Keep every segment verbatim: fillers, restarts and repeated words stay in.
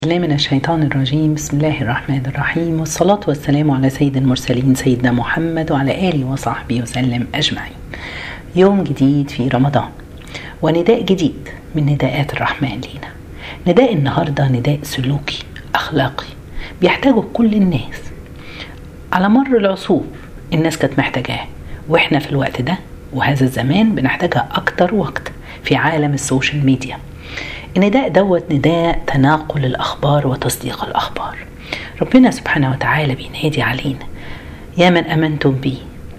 الله من الشيطان الرجيم. بسم الله الرحمن الرحيم، والصلاة والسلام على سيد المرسلين سيدنا محمد وعلى آله وصحبه وسلم أجمعين. يوم جديد في رمضان ونداء جديد من نداءات الرحمن لينا. نداء النهاردة نداء سلوكي أخلاقي بيحتاجه كل الناس على مر العصور. الناس كانت محتاجاه، وإحنا في الوقت ده وهذا الزمان بنحتاجها أكتر وأكتر في عالم السوشيال ميديا. النداء دوت نداء تناقل الأخبار وتصديق الأخبار. ربنا سبحانه وتعالى بينادي علينا: يا من أمنتم بي،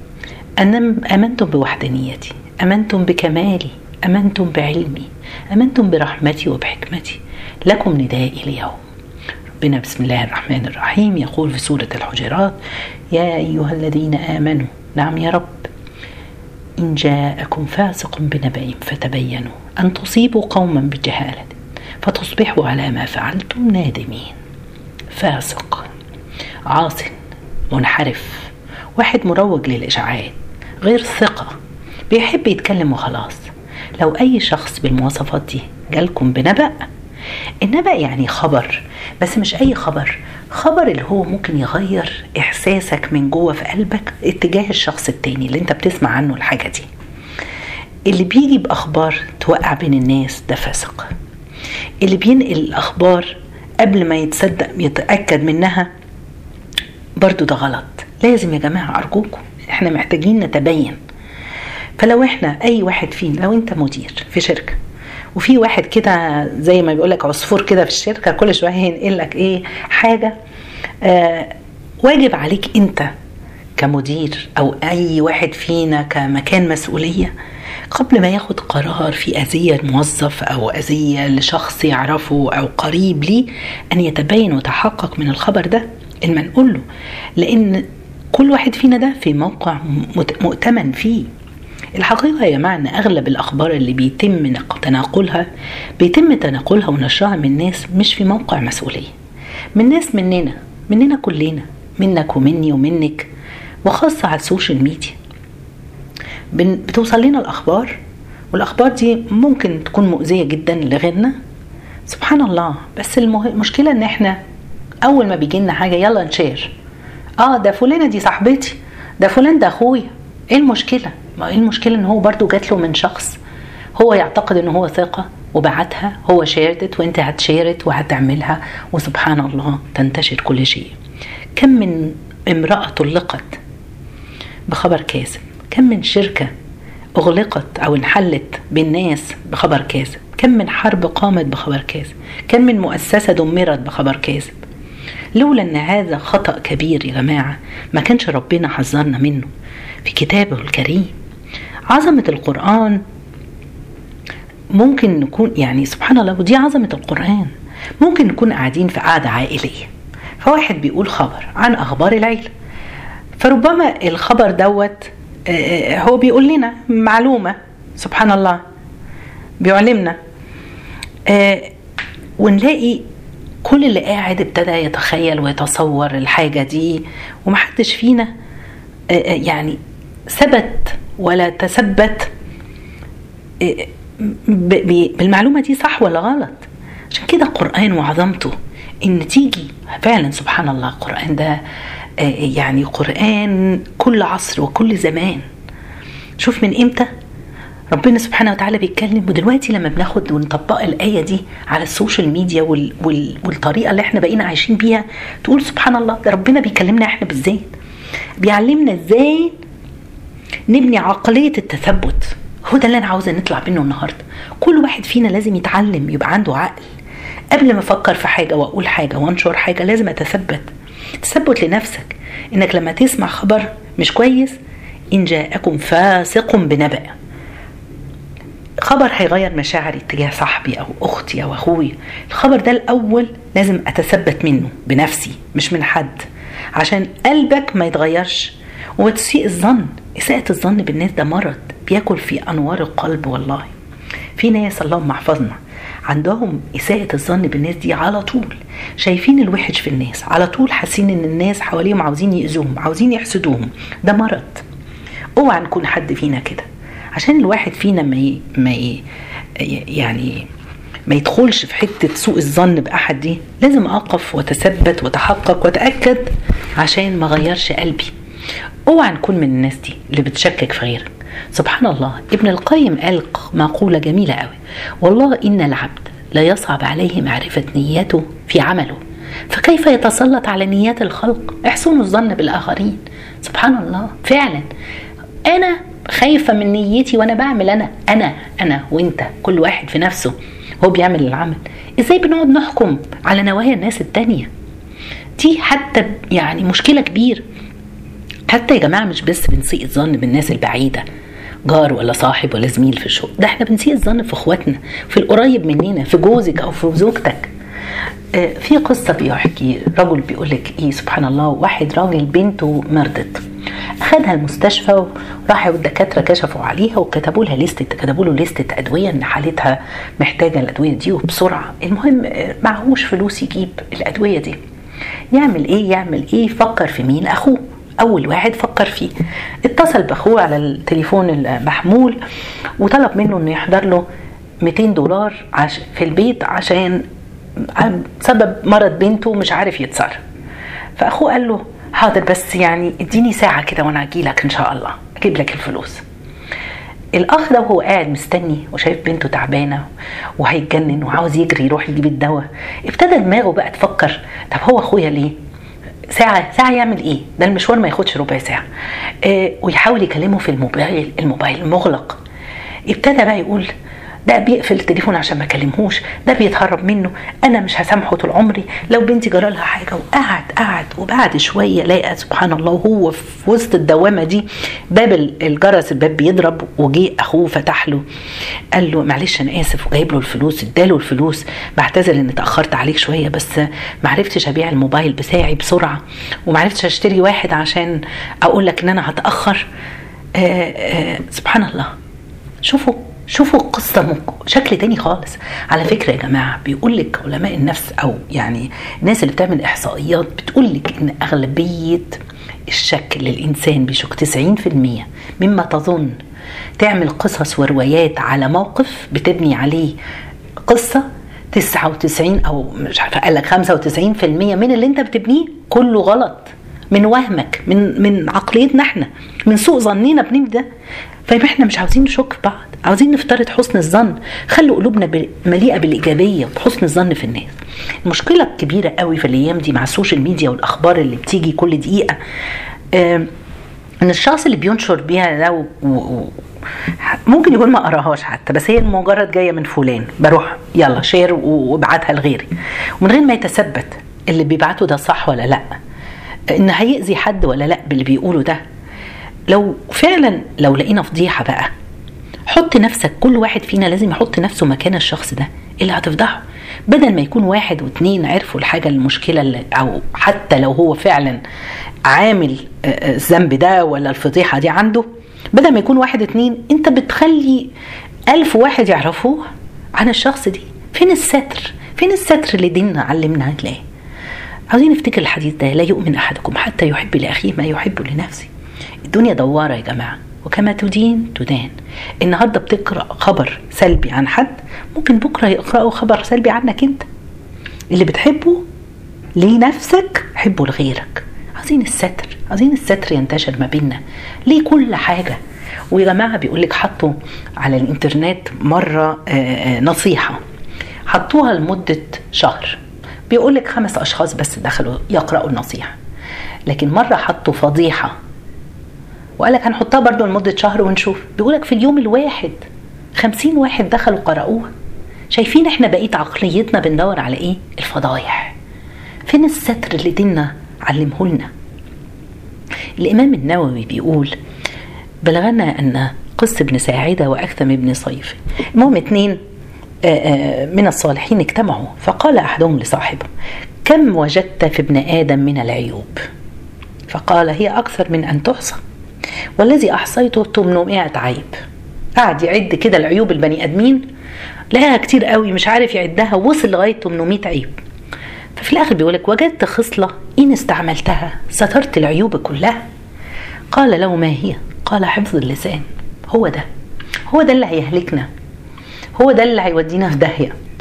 أمنتم بوحدانيتي، أمنتم بكمالي، أمنتم بعلمي، أمنتم برحمتي وبحكمتي، لكم ندائي اليوم. ربنا بسم الله الرحمن الرحيم يقول في سورة الحجرات: يا أيها الذين آمنوا، نعم يا رب، إن جاءكم فاسق بنبأ فتبينوا أن تصيبوا قوما بجهالة فتصبحوا على ما فعلتم نادمين. فاسق، عاص، منحرف، واحد مروج للإشاعات، غير ثقة، بيحب يتكلم وخلاص. لو أي شخص بالمواصفات دي جالكم بنبأ، النبأ يعني خبر، بس مش أي خبر، خبر اللي هو ممكن يغير إحساسك من جوه في قلبك اتجاه الشخص التاني اللي انت بتسمع عنه الحاجة دي. اللي بيجي بأخبار توقع بين الناس ده فاسق. اللي بينقل الأخبار قبل ما يتصدق يتأكد منها برضو ده غلط. لازم يا جماعة أرجوكم، احنا محتاجين نتبين. فلو احنا أي واحد فينا، لو انت مدير في شركة وفي واحد كده زي ما بيقولك عصفور كده في الشركة كل شوية ينقلك ايه حاجة، آه واجب عليك انت كمدير او اي واحد فينا كمكان مسؤولية، قبل ما ياخد قرار في أذية موظف او أذية لشخص يعرفه او قريب ليه، ان يتبين وتحقق من الخبر ده المنقول له. لان كل واحد فينا ده في موقع مؤتمن فيه. الحقيقة يا جماعة أن أغلب الأخبار اللي بيتم تناقلها بيتم تناقلها ونشرها من ناس مش في موقع مسؤولية، من ناس مننا مننا كلنا، منك ومني ومنك، وخاصة على السوشيال ميديا بتوصل لنا الأخبار، والأخبار دي ممكن تكون مؤذية جدا لغيرنا، سبحان الله. بس المشكلة أن احنا أول ما بيجي لنا حاجة يلا نشير، آه ده فلانة دي صاحبتي، ده فلان ده أخويا. إيه المشكلة؟ ما ايه المشكلة ان هو برضو جات له من شخص هو يعتقد ان هو ثقة وبعتها، هو شيرت وانت هتشيرت وهتعملها، وسبحان الله تنتشر كل شيء. كم من امرأة طلقت بخبر كاذب، كم من شركة اغلقت او انحلت بالناس بخبر كاذب، كم من حرب قامت بخبر كاذب، كم من مؤسسة دمرت بخبر كاذب. لولا ان هذا خطأ كبير يا جماعة ما كانش ربنا حذرنا منه في كتابه الكريم. عظمة القرآن ممكن نكون يعني سبحان الله، ودي عظمة القرآن. ممكن نكون قاعدين في قعدة عائلية، فواحد بيقول خبر عن أخبار العيلة، فربما الخبر دوت هو بيقول لنا معلومة، سبحان الله بيعلمنا، ونلاقي كل اللي قاعد ابتدى يتخيل ويتصور الحاجة دي، ومحدش فينا يعني ثبت ولا تثبت بالمعلومة دي صح ولا غلط. عشان كده القرآن وعظمته ان تيجي فعلا سبحان الله. القرآن ده يعني قرآن كل عصر وكل زمان. شوف من امتى ربنا سبحانه وتعالى بيتكلم، ودلوقتي لما بناخد ونطبق الآية دي على السوشيال ميديا وال وال والطريقة اللي احنا بقينا عايشين بيها، تقول سبحان الله ده ربنا بيكلمنا احنا بالذات، بيعلمنا ازاي نبني عقلية التثبت. هو ده اللي انا عاوزة نطلع منه النهاردة. كل واحد فينا لازم يتعلم يبقى عنده عقل. قبل ما افكر في حاجة واقول حاجة وانشر حاجة لازم اتثبت. تثبت لنفسك انك لما تسمع خبر مش كويس، ان جاءكم فاسق بنبأ، خبر هيغير مشاعري اتجاه صاحبي او اختي او اخوي، الخبر ده الاول لازم اتثبت منه بنفسي مش من حد، عشان قلبك ما يتغيرش وتسيء الظن. إساءة الظن بالناس ده مرض بياكل في أنوار القلب. والله في ناس اللهم احفظنا عندهم إساءة الظن بالناس دي، على طول شايفين الوحش في الناس، على طول حاسين ان الناس حواليهم عاوزين يأذوهم، عاوزين يحسدوهم. ده مرض. اوعى نكون حد فينا كده، عشان الواحد فينا ما ي... ما ي... يعني ما يدخلش في حتة سوء الظن بأحد دي، لازم أقف وتثبت وتحقق وتأكد عشان ما غيرش قلبي. اوعى نكون من الناس دي اللي بتشكك في غيرك. سبحان الله، ابن القيم قال مقولة جميلة قوي: والله إن العبد لا يصعب عليه معرفة نيته في عمله، فكيف يتسلط على نيات الخلق؟ احسنوا الظن بالآخرين. سبحان الله، فعلا أنا خايفة من نيتي وأنا بعمل، أنا أنا أنا وإنت كل واحد في نفسه هو بيعمل العمل. إزاي بنقعد نحكم على نوايا الناس التانية؟ دي حتى يعني مشكلة كبيرة. حتى يا جماعة مش بس بنسيء الظن بالناس البعيدة، جار ولا صاحب ولا زميل في الشغل، ده احنا بنسيء الظن في اخواتنا، في القريب مننا، في جوزك او في زوجتك. اه في قصة بيحكي رجل بيقولك ايه، سبحان الله، واحد راجل بنته مرضت، اخدها المستشفى وراحوا الدكاترة كشفوا عليها وكتبوا لها لستة، كتبوا له لستة ادوية ان حالتها محتاجة الادوية دي وبسرعة. المهم معهوش فلوس يجيب الادوية دي، يعمل ايه يعمل ايه فكر في مين؟ اخوه. اول واحد فكر فيه، اتصل باخوه على التليفون المحمول وطلب منه انه يحضر له مئتين دولار عش في البيت عشان سبب مرض بنته مش عارف يتصرف. فاخوه قال له حاضر، بس يعني اديني ساعة كده وانا اجيلك ان شاء الله اجيب لك الفلوس. الاخ ده وهو قاعد مستني وشايف بنته تعبانه وهيتجنن وعاوز يجري يروح يجيب الدواء، ابتدى دماغه بقى تفكر طب هو اخويا ليه ساعة ساعة يعمل ايه؟ ده المشوار ما ياخدش ربع ساعة. اه ويحاول يكلمه في الموبايل، الموبايل مغلق. ابتدى بقى يقول ده بيقفل التليفون عشان ما كلمهوش، ده بيتهرب منه، انا مش هسامحه طول عمري لو بنتي جرى لها حاجه. وقعد قعد وبعد شويه لقى سبحان الله وهو في وسط الدوامه دي باب الجرس، الباب بيضرب، وجي اخوه فتح له قال له معلش انا اسف، وجايب له الفلوس، اداله الفلوس، بعتذر ان اتاخرت عليك شويه بس ما عرفتش ابيع الموبايل بتاعي بسرعه وما عرفتش اشتري واحد عشان اقول لك ان انا هتاخر. آآ آآ سبحان الله. شوفوا شوفوا القصة شكل تاني خالص. على فكرة يا جماعة بيقول لك علماء النفس أو يعني الناس اللي بتعمل إحصائيات بتقول لك إن أغلبية الشك للإنسان بيشك تسعين في المية مما تظن تعمل قصص وروايات على موقف بتبني عليه قصة. تسعة وتسعين أو مش عارفة قال لك خمسة وتسعين في المية من اللي أنت بتبنيه كله غلط، من وهمك، من من عقليتنا احنا، من سوء ظننا بنبدأ. فاحنا مش عاوزين نشك بعض، عاوزين نفترض حسن الظن، خلوا قلوبنا مليئة بالإيجابية وبحسن الظن في الناس. المشكلة الكبيرة قوي في الأيام دي مع السوشيال ميديا والأخبار اللي بتيجي كل دقيقة، آه ان الشخص اللي بينشر بيها ده و... و... ممكن يقول ما قراهاش حتى، بس هي مجرد جاية من فلان بروح يلا شير وابعتها لغيري، ومن غير ما يتثبت اللي بيبعته ده صح ولا لا، ان هيأذي حد ولا لا باللي بيقوله ده. لو فعلا لو لقينا فضيحة بقى، حط نفسك، كل واحد فينا لازم يحط نفسه مكان الشخص ده اللي هتفضحه، بدل ما يكون واحد واتنين عرفوا الحاجة المشكلة اللي او حتى لو هو فعلا عامل الذنب ده ولا الفضيحة دي عنده، بدل ما يكون واحد اتنين انت بتخلي الف واحد يعرفوه عن الشخص دي. فين الستر؟ فين الستر اللي ديننا علمنا هتلاقيه؟ عاوزين نفتكر الحديث ده: لا يؤمن احدكم حتى يحب لاخيه ما يحب لنفسه. الدنيا دوارة يا جماعة، وكما تدين تدان. النهاردة بتقرأ خبر سلبي عن حد، ممكن بكرة يقرأوا خبر سلبي عنك انت. اللي بتحبه لنفسك حبه لغيرك. عايزين الستر، عايزين الستر ينتشر ما بيننا ليه كل حاجة. ويا جماعة بيقولك حطوا على الانترنت مرة نصيحة، حطوها لمدة شهر، بيقولك خمس أشخاص بس دخلوا يقرأوا النصيحة، لكن مرة حطوا فضيحة وقالك هنحطها برضو لمدة شهر ونشوف، بيقولك في اليوم الواحد خمسين واحد دخلوا قرأوها. شايفين احنا بقيت عقليتنا بندور على ايه؟ الفضايح. فين الستر اللي ديننا علمه لنا؟ الإمام النووي بيقول: بلغنا أن قس بن ساعدة وأكثم بن صيف، المهم اتنين من الصالحين اجتمعوا، فقال أحدهم لصاحبه: كم وجدت في ابن آدم من العيوب؟ فقال: هي أكثر من أن تحصى، والذي أحصيته ثمانمائة عيب. قعد يعد كده العيوب البني آدمين، لها كتير قوي مش عارف يعدها، وصل لغاية ثمانمائة عيب. ففي الآخر بيقولك: وجدت خصلة إن استعملتها سترت العيوب كلها. قال له: ما هي؟ قال: حفظ اللسان. هو ده هو ده اللي هيهلكنا، هو ده اللي هيودينا في داهية.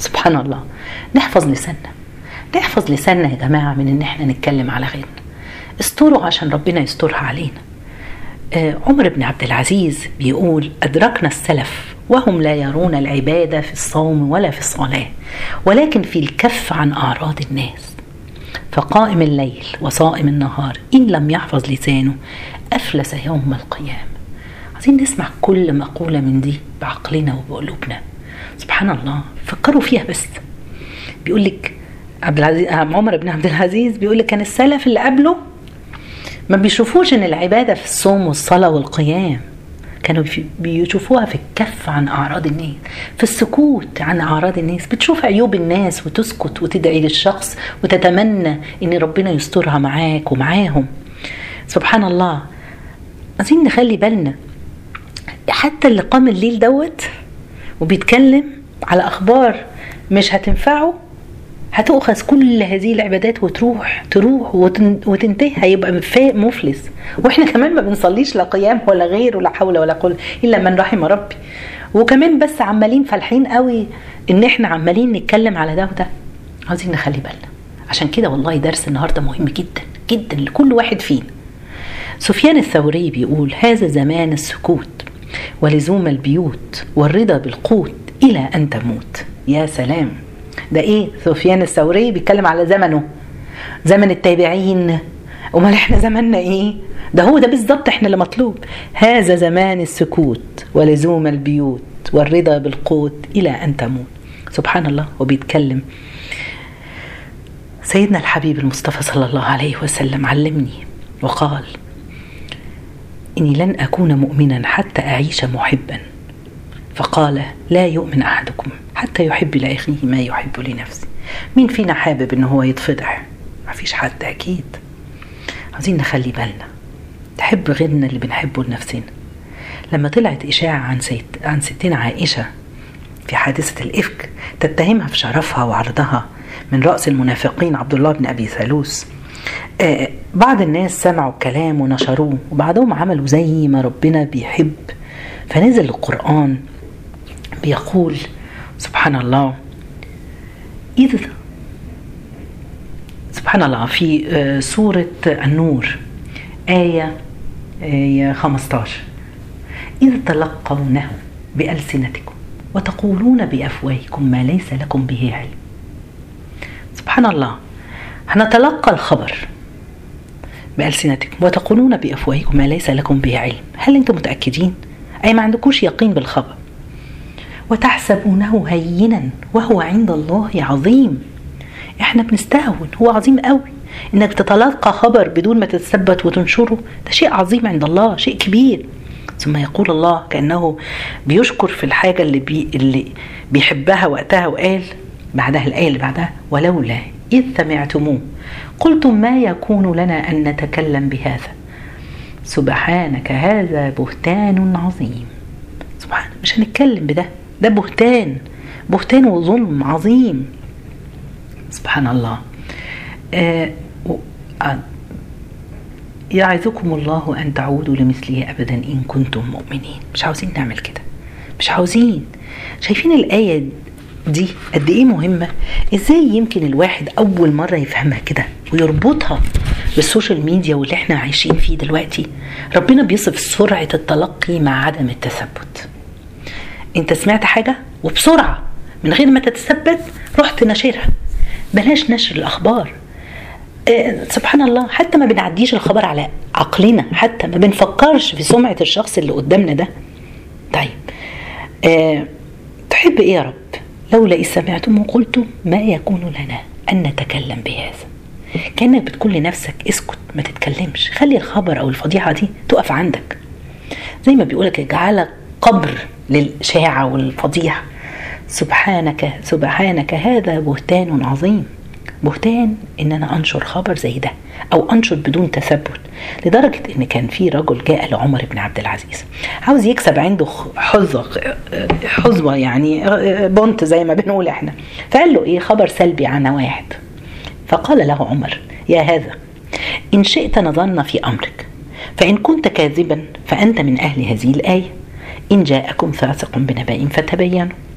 سبحان الله. نحفظ لساننا، نحفظ لساننا يا جماعة من ان احنا نتكلم على غيرنا. استروا عشان ربنا يسترها علينا. آه عمر بن عبد العزيز بيقول: أدركنا السلف وهم لا يرون العبادة في الصوم ولا في الصلاة، ولكن في الكف عن أعراض الناس. فقائم الليل وصائم النهار إن لم يحفظ لسانه أفلس يوم القيامة. عايزين نسمع كل مقولة من دي بعقلنا وبقلوبنا. سبحان الله، فكروا فيها بس. بيقول لك عبد العزيز عمر بن عبد العزيز بيقول لك كان السلف اللي قبله ما بيشوفوش ان العبادة في الصوم والصلاة والقيام، كانوا بيشوفوها في الكف عن أعراض الناس، في السكوت عن أعراض الناس. بتشوف عيوب الناس وتسكت وتدعي للشخص وتتمنى ان ربنا يسترها معاك ومعاهم. سبحان الله. عايزين نخلي بالنا، حتى اللي قام الليل دوت وبيتكلم على أخبار مش هتنفعه، هتؤخذ كل هذه العبادات وتروح تروح وتنتهي، هيبقى مفلس. واحنا كمان ما بنصليش لا قيام ولا غير ولا حول ولا قوة الا من رحم ربي، وكمان بس عمالين فالحين قوي ان احنا عمالين نتكلم على ده وده. عايزين نخلي بالنا. عشان كده والله درس النهارده مهم جدا جدا لكل واحد فينا. سفيان الثوري بيقول: هذا زمان السكوت ولزوم البيوت والرضا بالقوت الى ان تموت. يا سلام، ده ايه؟ سفيان الثوري بيتكلم على زمنه، زمن التابعين. امال احنا زماننا ايه؟ ده هو ده بالظبط احنا اللي مطلوب. هذا زمان السكوت ولزوم البيوت والرضا بالقوت الى ان تموت. سبحان الله. وبيتكلم سيدنا الحبيب المصطفى صلى الله عليه وسلم علمني وقال: إني لن أكون مؤمنا حتى أعيش محبا. فقال: لا يؤمن أحدكم حتى يحب لأخيه ما يحب لنفسه. مين فينا حابب إنه هو يتفضح؟ ما فيش حد أكيد. عايزين نخلي بالنا، تحب غيرنا اللي بنحبه لنفسنا. لما طلعت إشاعة عن, سيد عن ستنا عائشة في حادثة الإفك تتهمها في شرفها وعرضها من رأس المنافقين عبد الله بن أبي ثالوث، آه بعض الناس سمعوا الكلام ونشروه، وبعضهم عملوا زي ما ربنا بيحب، فنزل القرآن بيقول سبحان الله إذ سبحان الله في آه سورة النور آية آية خمسة عشر: إذ تلقونه بألسنتكم وتقولون بأفواهكم ما ليس لكم به علم. سبحان الله. هنتلقى الخبر بألسنتكم وتقولون بأفواهكم ما ليس لكم به علم. هل أنتم متأكدين؟ أي ما عندكوش يقين بالخبر. وتحسبونه هينا وهو عند الله عظيم. احنا بنستهون، هو عظيم قوي. انك تتلقى خبر بدون ما تتثبت وتنشره، ده شيء عظيم عند الله، شيء كبير. ثم يقول الله كأنه بيشكر في الحاجة اللي, بي اللي بيحبها وقتها، وقال بعدها الآية اللي بعدها: ولولا إذ سمعتموه قلتم ما يكون لنا أن نتكلم بهذا سبحانك هذا بهتان عظيم. سبحان، مش هنتكلم بده، ده بهتان، بهتان وظلم عظيم. سبحان الله. آه آه يعظكم الله أن تعودوا لمثله أبدا إن كنتم مؤمنين. مش عاوزين نعمل كده، مش عاوزين. شايفين الآية دي قد إيه مهمة؟ إزاي يمكن الواحد أول مرة يفهمها كده ويربطها بالسوشيال ميديا واللي احنا عايشين فيه دلوقتي؟ ربنا بيصف سرعة التلقي مع عدم التثبت. انت سمعت حاجة وبسرعة من غير ما تتثبت رحت نشرها. بلاش نشر الأخبار. آه سبحان الله. حتى ما بنعديش الخبر على عقلنا، حتى ما بنفكرش في سمعة الشخص اللي قدامنا ده. طيب آه تحب ايه يا رب؟ لولا إذ سمعتم وقلتم ما يكون لنا أن نتكلم بهذا. كأنك بتقول لنفسك اسكت، ما تتكلمش، خلي الخبر أو الفضيحة دي تقف عندك. زي ما بيقولك اجعلك قبر للشاعة والفضيحة. سبحانك سبحانك هذا بهتان عظيم. بهتان ان انا انشر خبر زي ده او انشر بدون تثبت، لدرجة ان كان في رجل جاء لعمر بن عبد العزيز عاوز يكسب عنده حظوة حظوة يعني بونت زي ما بنقول احنا، فقال له ايه خبر سلبي عن واحد. فقال له عمر: يا هذا ان شئت نظرنا في امرك، فان كنت كاذبا فانت من اهل هذه الايه: ان جاءكم فاسق بنبأ فتبينوا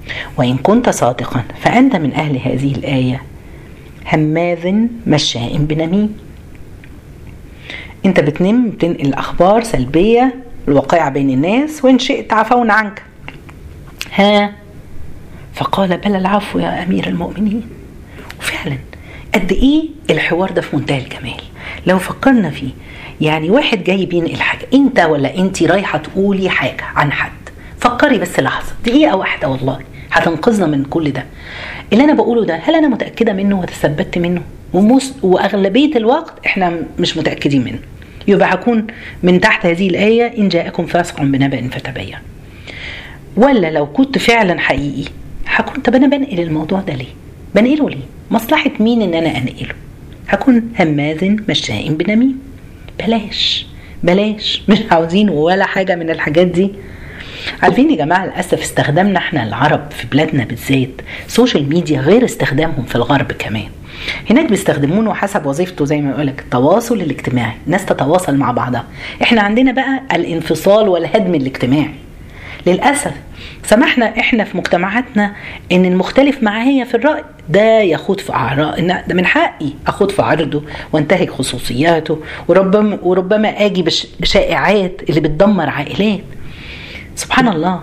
وإن كنت صادقا فأنت من أهل هذه الآية هماذ مشاء بنميم. انت بتنم بتنقل أخبار سلبية الواقعة بين الناس، وإن شئت عفونا عنك. ها فقال بل العفو يا أمير المؤمنين. وفعلا قد إيه الحوار ده في منتهى الجمال لو فكرنا فيه. يعني واحد جاي بينقل حاجة، انت ولا انت رايحة تقولي حاجة عن حد، فكري بس لحظة دقيقة واحدة والله هتنقذنا من كل ده. اللي انا بقوله ده هل انا متأكدة منه وتثبت منه؟ ومس... واغلبية الوقت احنا مش متأكدين منه. يبقى هكون من تحت هذه الآية إن جاءكم فاسق بنبأ فتبين. ولا لو كنت فعلا حقيقي هكون طب انا بنقل الموضوع ده ليه؟ بنقله ليه؟ مصلحة مين ان انا انقله؟ هكون هماذ مشاء بنميم. بلاش بلاش مش عاوزين ولا حاجة من الحاجات دي. عارفين يا جماعة للأسف استخدامنا احنا العرب في بلادنا بالذات سوشيال ميديا غير استخدامهم في الغرب كمان. هناك بيستخدمونه حسب وظيفته زي ما يقولك التواصل الاجتماعي، الناس تتواصل مع بعضها. احنا عندنا بقى الانفصال والهدم الاجتماعي. للأسف سمحنا احنا في مجتمعاتنا ان المختلف معايا في الرأي ده يخوض في اعراض، ده من حقي اخوض في عرضه وانتهك خصوصياته، وربما وربما اجي بشائعات اللي بتدمر عائلات. سبحان الله.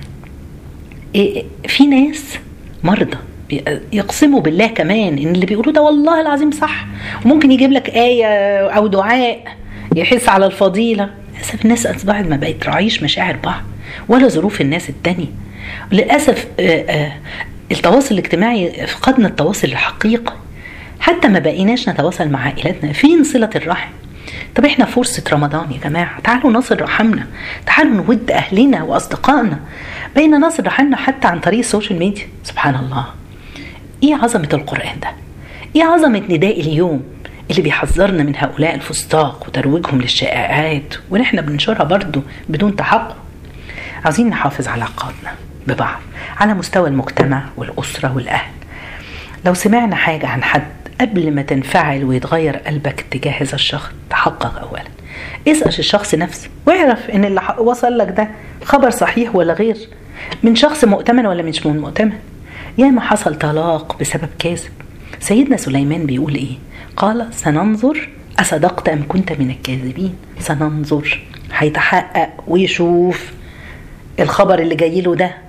في ناس مرضى يقسموا بالله كمان ان اللي بيقولوه ده والله العظيم صح، وممكن يجيب لك آية او دعاء يحس على الفضيلة. للأسف الناس أصبحت ما بقت تعيش مشاعر بعض ولا ظروف الناس التانية. للأسف التواصل الاجتماعي فقدنا التواصل الحقيقي، حتى ما بقيناش نتواصل مع عائلاتنا. فين صلة الرحم؟ طب احنا فرصة رمضان يا جماعة، تعالوا نصل رحمنا، تعالوا نود أهلنا وأصدقائنا. بقينا نصل رحمنا حتى عن طريق السوشيال ميديا. سبحان الله. ايه عظمة القرآن ده، ايه عظمة نداء اليوم اللي بيحذرنا من هؤلاء الفسطاق وترويجهم للشائعات ونحن بننشرها برضو بدون تحقق. عايزين نحافظ على علاقاتنا ببعض على مستوى المجتمع والأسرة والأهل. لو سمعنا حاجة عن حد قبل ما تنفعل ويتغير قلبك اتجاه هذا الشخص تحقق أولا، اسأل الشخص نفسه واعرف ان اللي وصل لك ده خبر صحيح ولا غير، من شخص مؤتمن ولا مش من مؤتمن. ياما حصل طلاق بسبب كاذب. سيدنا سليمان بيقول ايه؟ قال سننظر أصدقت أم كنت من الكاذبين. سننظر، هيتحقق ويشوف الخبر اللي جاي له ده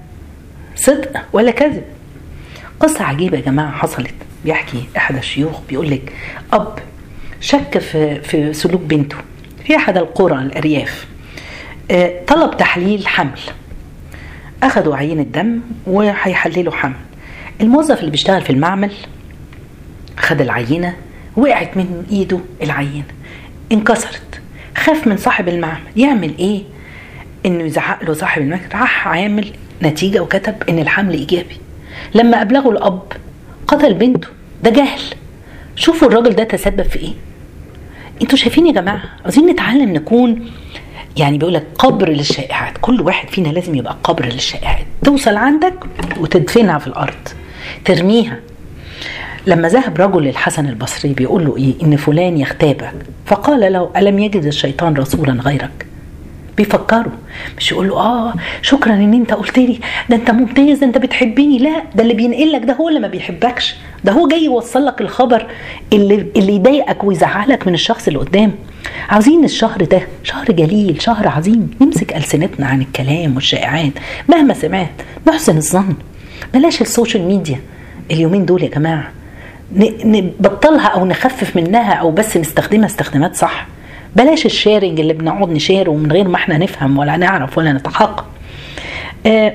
صدق ولا كذب. قصة عجيبة يا جماعة حصلت. بيحكي أحد الشيوخ بيقول لك أب شك في في سلوك بنته في أحد القرى الأرياف، طلب تحليل حمل. أخذوا عينة دم وهيحللوا حمل. الموظف اللي بيشتغل في المعمل أخذ العينة، وقعت من إيده العينة انكسرت. خاف من صاحب المعمل، يعمل إيه؟ إنه يزعق له صاحب المعمل. راح عامل نتيجة وكتب إن الحمل إيجابي. لما أبلغوا الأب قتل بنته. ده جهل. شوفوا الراجل ده تسبب في إيه. انتوا شايفين يا جماعة؟ عايزين نتعلم نكون يعني بيقولك قبر للشائعات. كل واحد فينا لازم يبقى قبر للشائعات، توصل عندك وتدفنها في الأرض، ترميها. لما ذهب رجل للحسن البصري بيقول له إيه؟ إن فلان يغتابك، فقال له ألم يجد الشيطان رسولا غيرك؟ بيفكروا، مش يقول له آه شكرا إن أنت قلت لي، ده أنت ممتاز، ده أنت بتحبيني. لا، ده اللي بينقلك ده هو اللي ما بيحبكش، ده هو جاي يوصل لك الخبر اللي اللي يضايقك ويزعلك من الشخص اللي قدام. عاوزين الشهر ده شهر جليل، شهر عظيم، نمسك ألسنتنا عن الكلام والشائعات مهما سمعت، نحسن الظن. بلاش السوشيال ميديا اليومين دول يا جماعة، نبطلها أو نخفف منها أو بس نستخدمها استخدامات صح. بلاش الشيرنج اللي بنقعد نشيره من غير ما احنا نفهم ولا نعرف ولا نتحقق. آه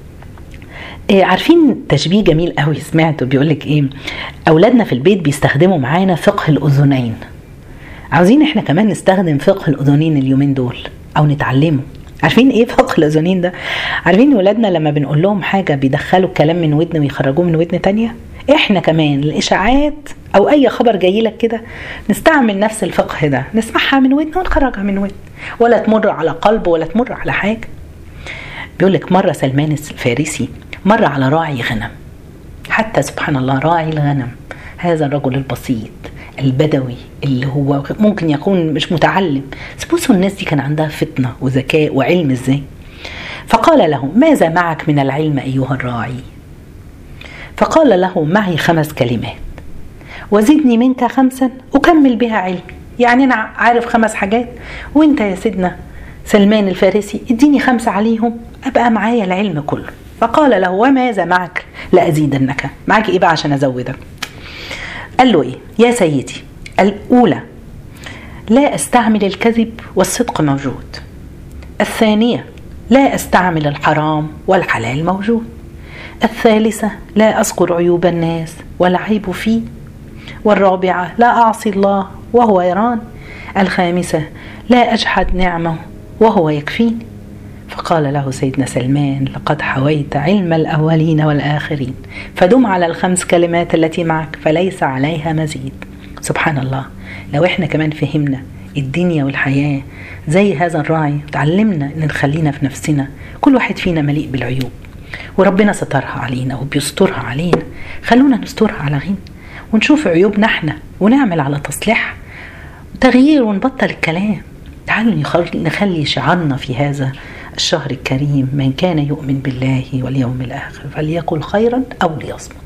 آه عارفين تشبيه جميل قوي سمعته بيقولك ايه؟ أولادنا في البيت بيستخدموا معانا فقه الأذنين. عاوزين احنا كمان نستخدم فقه الأذنين اليومين دول أو نتعلمه. عارفين ايه فقه الأذنين ده؟ عارفين ولادنا لما بنقول لهم حاجة بيدخلوا الكلام من ودن ويخرجوه من ودن تانية؟ احنا كمان الاشاعات او اي خبر جاي لك كده نستعمل نفس الفقه ده، نسمعها من ودن ونخرجها من ودن، ولا تمر على قلب ولا تمر على حاجة. بيقول لك مرة سلمان الفارسي مر على راعي غنم، حتى سبحان الله راعي الغنم هذا الرجل البسيط البدوي اللي هو ممكن يكون مش متعلم، بس بصوا الناس دي كان عندها فطنة وذكاء وعلم ازاي. فقال له: ماذا معك من العلم أيها الراعي؟ فقال له: معي خمس كلمات، وزدني منك خمسا أكمل بها علمي. يعني أنا عارف خمس حاجات، وإنت يا سيدنا سلمان الفارسي اديني خمسة عليهم أبقى معايا العلم كله. فقال له: وماذا معك لأزيدنك؟ معك إيه بقى عشان أزودك؟ قال له: إيه يا سيدي؟ الأولى: لا أستعمل الكذب والصدق موجود. الثانية: لا أستعمل الحرام والحلال موجود. الثالثة: لا أذكر عيوب الناس والعيب فيه. والرابعة: لا أعصي الله وهو يران. الخامسة: لا أجحد نعمه وهو يكفيني. فقال له سيدنا سلمان: لقد حويت علم الأولين والآخرين، فدم على الخمس كلمات التي معك فليس عليها مزيد. سبحان الله، لو احنا كمان فهمنا الدنيا والحياة زي هذا الراعي، تعلمنا ان نخلينا في نفسنا، كل واحد فينا مليء بالعيوب وربنا سترها علينا وبيسترها علينا، خلونا نسترها على غيرنا ونشوف عيوبنا احنا ونعمل على تصليحها وتغيير ونبطل الكلام. تعالوا نخلي شعارنا في هذا الشهر الكريم: من كان يؤمن بالله واليوم الآخر فليقل خيرا أو ليصمت.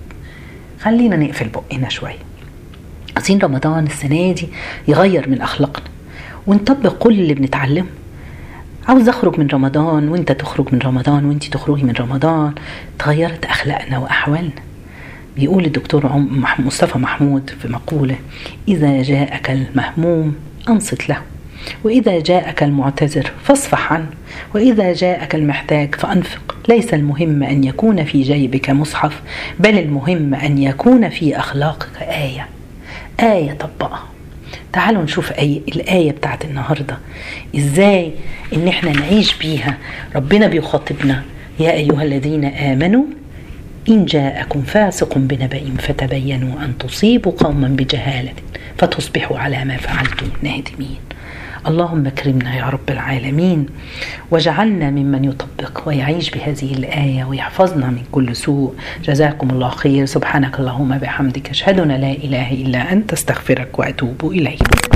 خلينا نقفل بقنا شوية. عايزين رمضان السنة دي يغير من أخلاقنا ونطبق كل اللي بنتعلمه. عاوز أخرج من رمضان وانت تخرج من رمضان وانت تخرجي من رمضان، تغيرت أخلاقنا وأحوالنا. بيقول الدكتور مصطفى محمود في مقولة: إذا جاءك المهموم أنصت له، وإذا جاءك المعتذر فاصفح عنه، وإذا جاءك المحتاج فأنفق. ليس المهم أن يكون في جيبك مصحف، بل المهم أن يكون في أخلاقك آية آية طبقها. تعالوا نشوف أي الآية بتاعت النهاردة إزاي إن إحنا نعيش بيها. ربنا بيخاطبنا: يا أيها الذين آمنوا إن جاءكم فاسق بنبأ فتبينوا أن تصيبوا قوما بجهالة فتصبحوا على ما فعلتم نادمين. اللهم اكرمنا يا رب العالمين، واجعلنا ممن يطبق ويعيش بهذه الآية ويحفظنا من كل سوء. جزاكم الله خير. سبحانك اللهم بحمدك، أشهد أن لا إله إلا أنت، استغفرك وأتوب إليك.